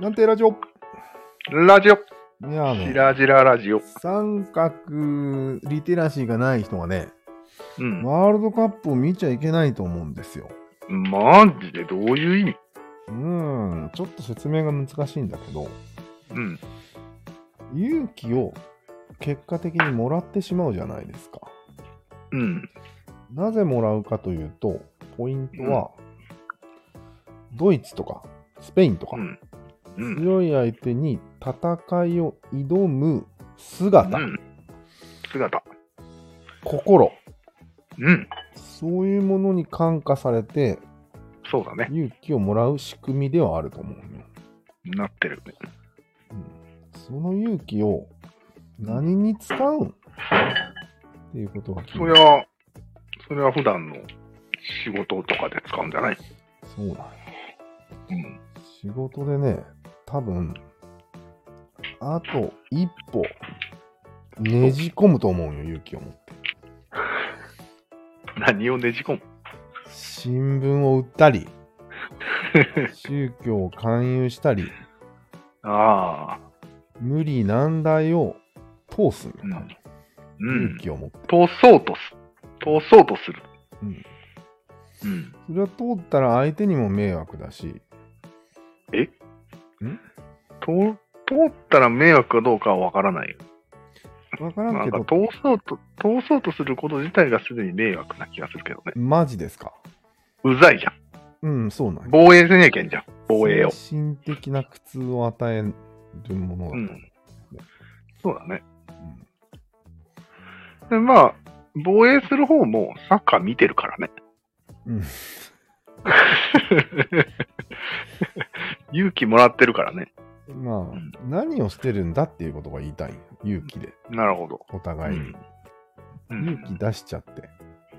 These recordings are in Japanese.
探偵ラジオ。 ラジオ。 いやね、 しらじらラジオ。 三角リテラシーがない人はね、 うん。 ワールドカップを見ちゃいけないと思うんですよ。 マジでどういう意味？ ちょっと説明が難しいんだけど、 うん。 勇気を結果的にもらってしまうじゃないですか。 うん。 なぜもらうかというと、ポイントは、ドイツとかスペインとか、 うん。うん。 強い相手に戦いを挑む姿、 姿。 心、 うん。 そういうものに感化されてそうだね。 勇気をもらう仕組みではあると思うよ。 なってるね。 その勇気を何に使うんっていうことが気になる。 それは普段の仕事とかで使うんじゃない？ そうなんよ。 うん。 仕事でね、多分あと一歩ねじ込むと思うよ、勇気を持って。 何をねじ込む？ 新聞を売ったり宗教を勧誘したり、 ああ。 無理難題を通すんよ、多分。勇気を持って。 通そうとする。 それは通ったら相手にも迷惑だし。 通ったら迷惑かどうかはわからないよ。 わからんけど、 通そうとすること自体がすでに迷惑な気がするけどね。 マジですか？ うざいじゃん。 そうなんよ。 防衛せなきゃいけんじゃん。防衛を。 精神的な苦痛を与えるものだと思う。 そうだね。でまあ、防衛する方もサッカー見てるからね。勇気もらってるからね。 まあ、何をしてるんだっていうことが言いたい。勇気で。 なるほど。 お互いに。勇気出しちゃって。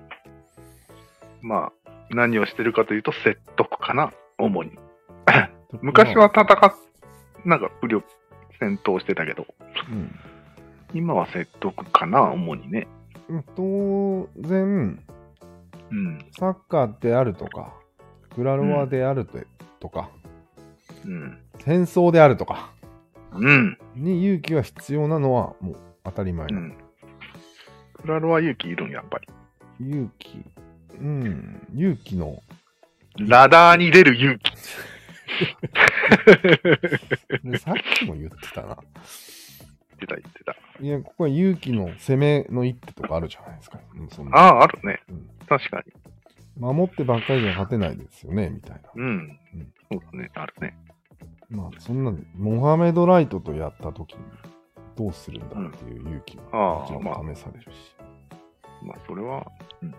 まあ、何をしてるかというと説得かな、主に。昔はなんか不良戦闘してたけど、今は説得かな、主にね。 当然、サッカーであるとか、クラロワであるとか、戦争であるとか、に勇気が必要なのはもう当たり前なの。 クラロワ勇気いるん、やっぱり。 勇気のラダーに出る勇気。 さっきも言ってたな。 言ってた。 いや、ここは勇気の攻めの一手とかあるじゃないですか。 あるね。確かに。 守ってばっかりじゃ勝てないですよね、みたいな。 そうだね、あるね。 まあ、そんな、モハメドライトとやった時にどうするんだっていう勇気はもちろん試されるし。 まあ、それは、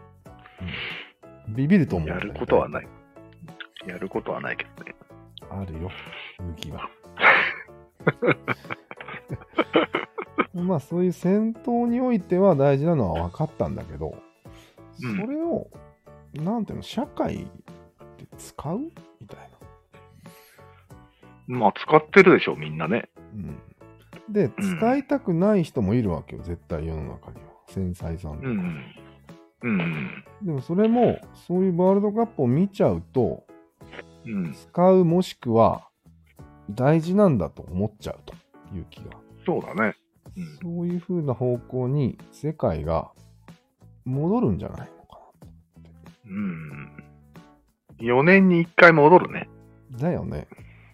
ビビると思う。 やることはない。やることはないけどね。 あるよ、勇気は。まあ、そういう戦闘においては大事なのは分かったんだけど、それを、なんていうの、社会で使うみたいな。まあ、使ってるでしょ、みんなね。 で、使いたくない人もいるわけよ、絶対世の中には。繊細さんとか。でもそれも、そういうワールドカップを見ちゃうと、使うもしくは大事なんだと思っちゃうと、勇気が。 そうだね。 そういう風な方向に世界が戻るんじゃないのかな。4年に1回戻るね。 だよね。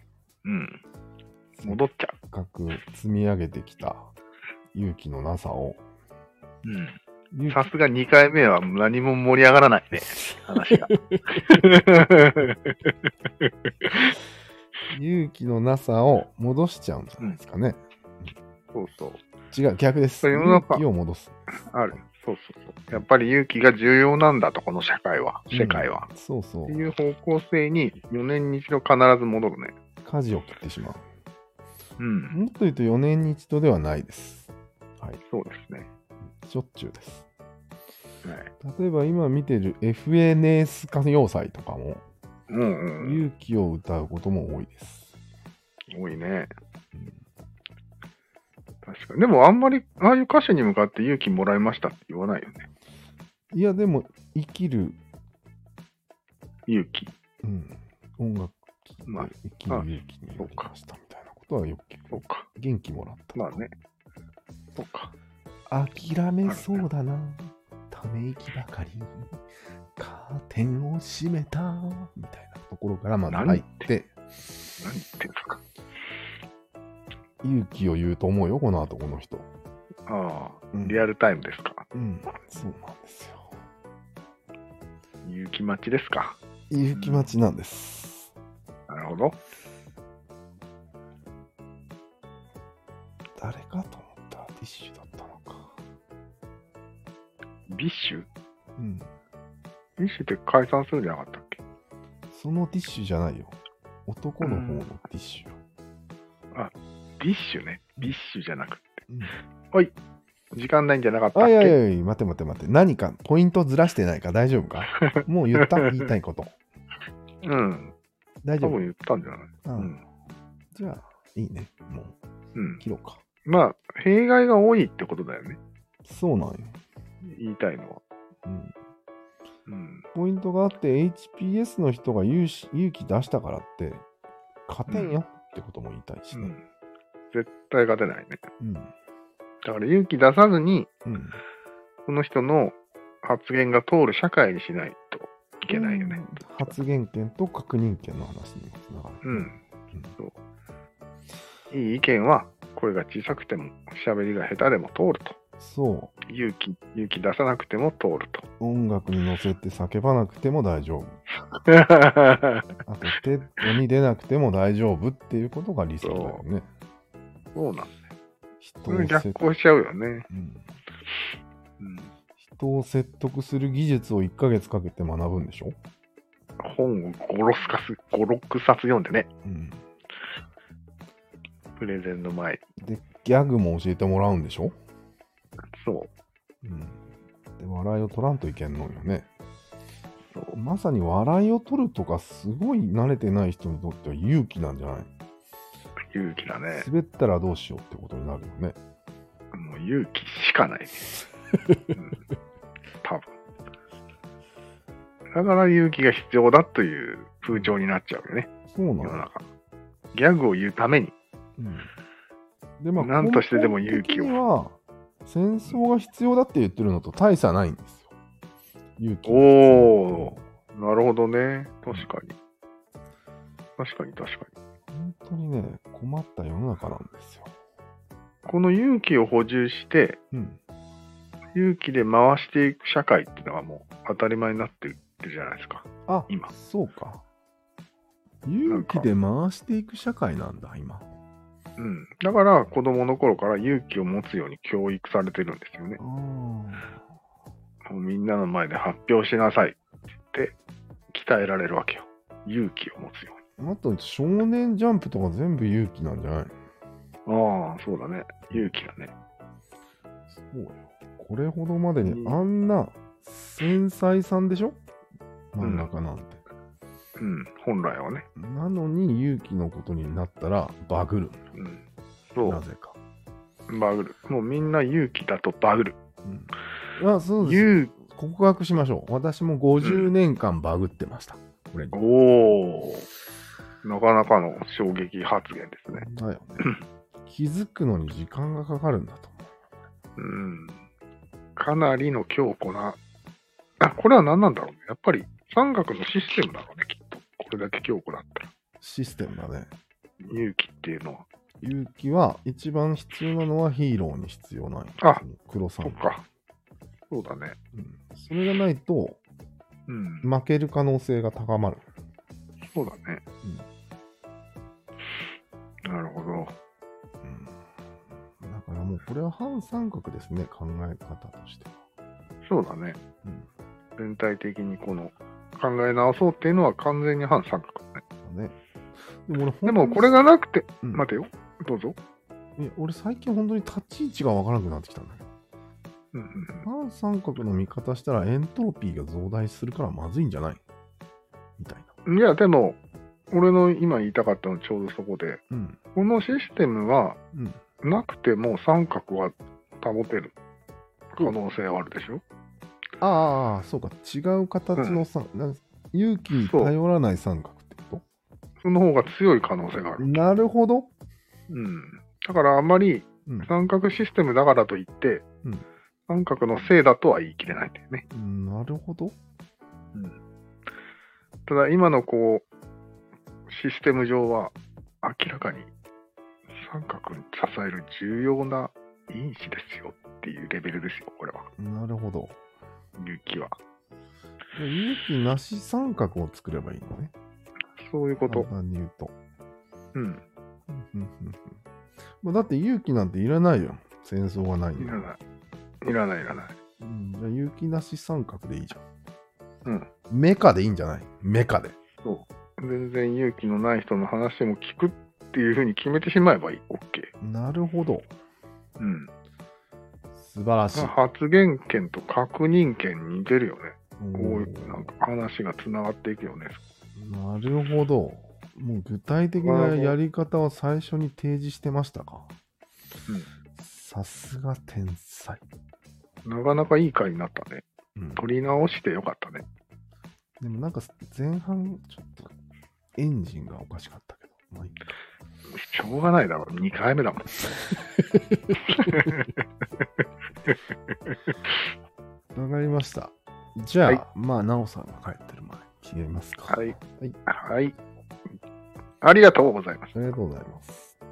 戻っちゃう。 せっかく積み上げてきた勇気のなさを。 さすが2回目は何も盛り上がらないね、話が。 勇気のなさを戻しちゃうんじゃないですかね。 そうそう。 違う、逆です。勇気を戻す。 そう。やっぱり勇気が重要なんだと、この世界は。 そうそう。 っていう方向性に4年に一度必ず戻るね。 舵を切ってしまう。もっと言うと4年に一度ではないです。はい。 そうですね。 しょっちゅうです。例えば今見てる FNS 歌謡祭とかも、勇気を歌うことも多いです。 多いね。確かに。でもあんまり、ああいう歌手に向かって勇気もらいましたって言わないよね。 いや、でも、生きる勇気。 音楽、生きる勇気になりましたみたいな。 ことはよく聞く。 そうか。 元気もらった。 まあね。そうか。 諦めそうだな。ため息ばかり。カーテンを閉めた。みたいなところからまず入って。 何言ってんすか。 勇気を言うと思うよ、この後、この人。 ああ、リアルタイムですか。 うん、そうなんですよ。 勇気待ちですか。 勇気待ちなんです。 なるほど。 誰かと思ったらディッシュだったのか。 ビッシュ？ うん。 ディッシュって解散するんじゃなかったっけ？ そのディッシュじゃないよ。男の方のディッシュよ。 あ、ビッシュね。ビッシュじゃなくて。 うん、 おい。時間ないんじゃなかったっけ？ いや、待て。何かポイントずらしてないか大丈夫か？もう言った言いたいこと。 うん。 大丈夫？ 多分言ったんじゃない？ うん。じゃあ、いいね。もう、切ろうか。 まあ、弊害が多いってことだよね。 そうなんよ。 言いたいのは。 ポイントがあって、HPS の人が勇気出したからって、勝てんよってことも言いたいしね。 絶対勝てないね。 だから勇気出さずに、この人の発言が通る社会にしないといけないよね。 発言権と確認権の話にもつながる。 そういい意見は声が小さくても喋りが下手でも通ると。 そう。 勇気出さなくても通ると。 音楽に乗せて叫ばなくても大丈夫。あとテッドに出なくても大丈夫っていうことが理想だよね。 そうなんだよ。それ逆行しちゃうよね。 人を説得する技術を1ヶ月かけて学ぶんでしょ？ 本を5、6冊読んでね。プレゼンの前で、ギャグも教えてもらうんでしょ？ そう。 で、笑いを取らんといけんのよね。まさに笑いを取るとか、すごい慣れてない人にとっては勇気なんじゃない？ 勇気だね。 滑ったらどうしようってことになるよね。 もう勇気しかない。多分。だから勇気が必要だという風潮になっちゃうよね。 そうなの。 世の中。ギャグを言うために。 で、まあ、 何としてでも勇気を。 戦争が必要だって言ってるのと大差ないんですよ。勇気。 おー、なるほどね。確かに。 本当にね、困った世の中なんですよ。 この勇気を補充して、勇気で回していく社会っていうのはもう当たり前になってるじゃないですか。今。 そうか。勇気で回していく社会なんだ、今。 だから子供の頃から勇気を持つように教育されてるんですよね。もうみんなの前で発表しなさいって言って鍛えられるわけよ。勇気を持つように。 あと少年ジャンプとか全部勇気なんじゃない？ ああ、そうだね。勇気だね。 そうよ。これほどまでにあんな繊細さんでしょ？真ん中なんて。 本来はね。 なのに勇気のことになったらバグる。 そう。なぜか。バグる。もうみんな勇気だとバグる。 そうです。告白しましょう。私も50年間バグってました。これに。 おー。なかなかの衝撃発言ですね。 だよね。気づくのに時間がかかるんだと思う。かなりの強固な。これは何なんだろうね。やっぱり三角のシステムだろうね、きっと。これだけ強固だったら。 システムだね。 勇気っていうのは。 勇気は一番必要なのはヒーローに必要ない。黒さん。 そっか。そうだね。 それがないと、負ける可能性が高まる。 そうだね。なるほど。 だからもうこれは反三角ですね、考え方としては。 そうだね。全体的にこの考え直そうっていうのは完全に反三角だね。でもこれがなくて、待てよ。どうぞ。 俺最近本当に立ち位置がわからなくなってきたんだけど。反三角の見方したらエントロピーが増大するからまずいんじゃないみたいな。いや、でも、俺の今言いたかったのはちょうどそこで、このシステムはなくても三角は保てる可能性はあるでしょ？ そうか。違う形の勇気に頼らない三角ってこと？ その方が強い可能性がある。 なるほど。 だからあんまり三角システムだからといって、三角のせいだとは言い切れないんだよね。 なるほど。 ただ今のこう、システム上は明らかに三角に支える重要な因子ですよっていうレベルですよ、これは。 なるほど。 有機は。 有機なし三角を作ればいいのね。 そういうこと。 簡単に言うと。だって有機なんていらないよ。戦争がないんだ。 いらない。 じゃあ有機なし三角でいいじゃん。メカでいいんじゃない？メカで。 そう。全然勇気のない人の話も聞くっていうふうに決めてしまえばいい。OK。 なるほど。素晴らしい。 発言権と確認権に似てるよね。こういうなんか話がつながっていくよね。 なるほど。もう具体的なやり方を最初に提示してましたか。さすが天才。 なかなかいい回になったね。取り直してよかったね。 でもなんか前半ちょっとエンジンがおかしかったけど。まあいいか。 しょうがないだろ。2回目だもん。 わかりました。じゃあ、まあ、なおさんが帰ってる前、消えますか。 はい。ありがとうございます。 ありがとうございます。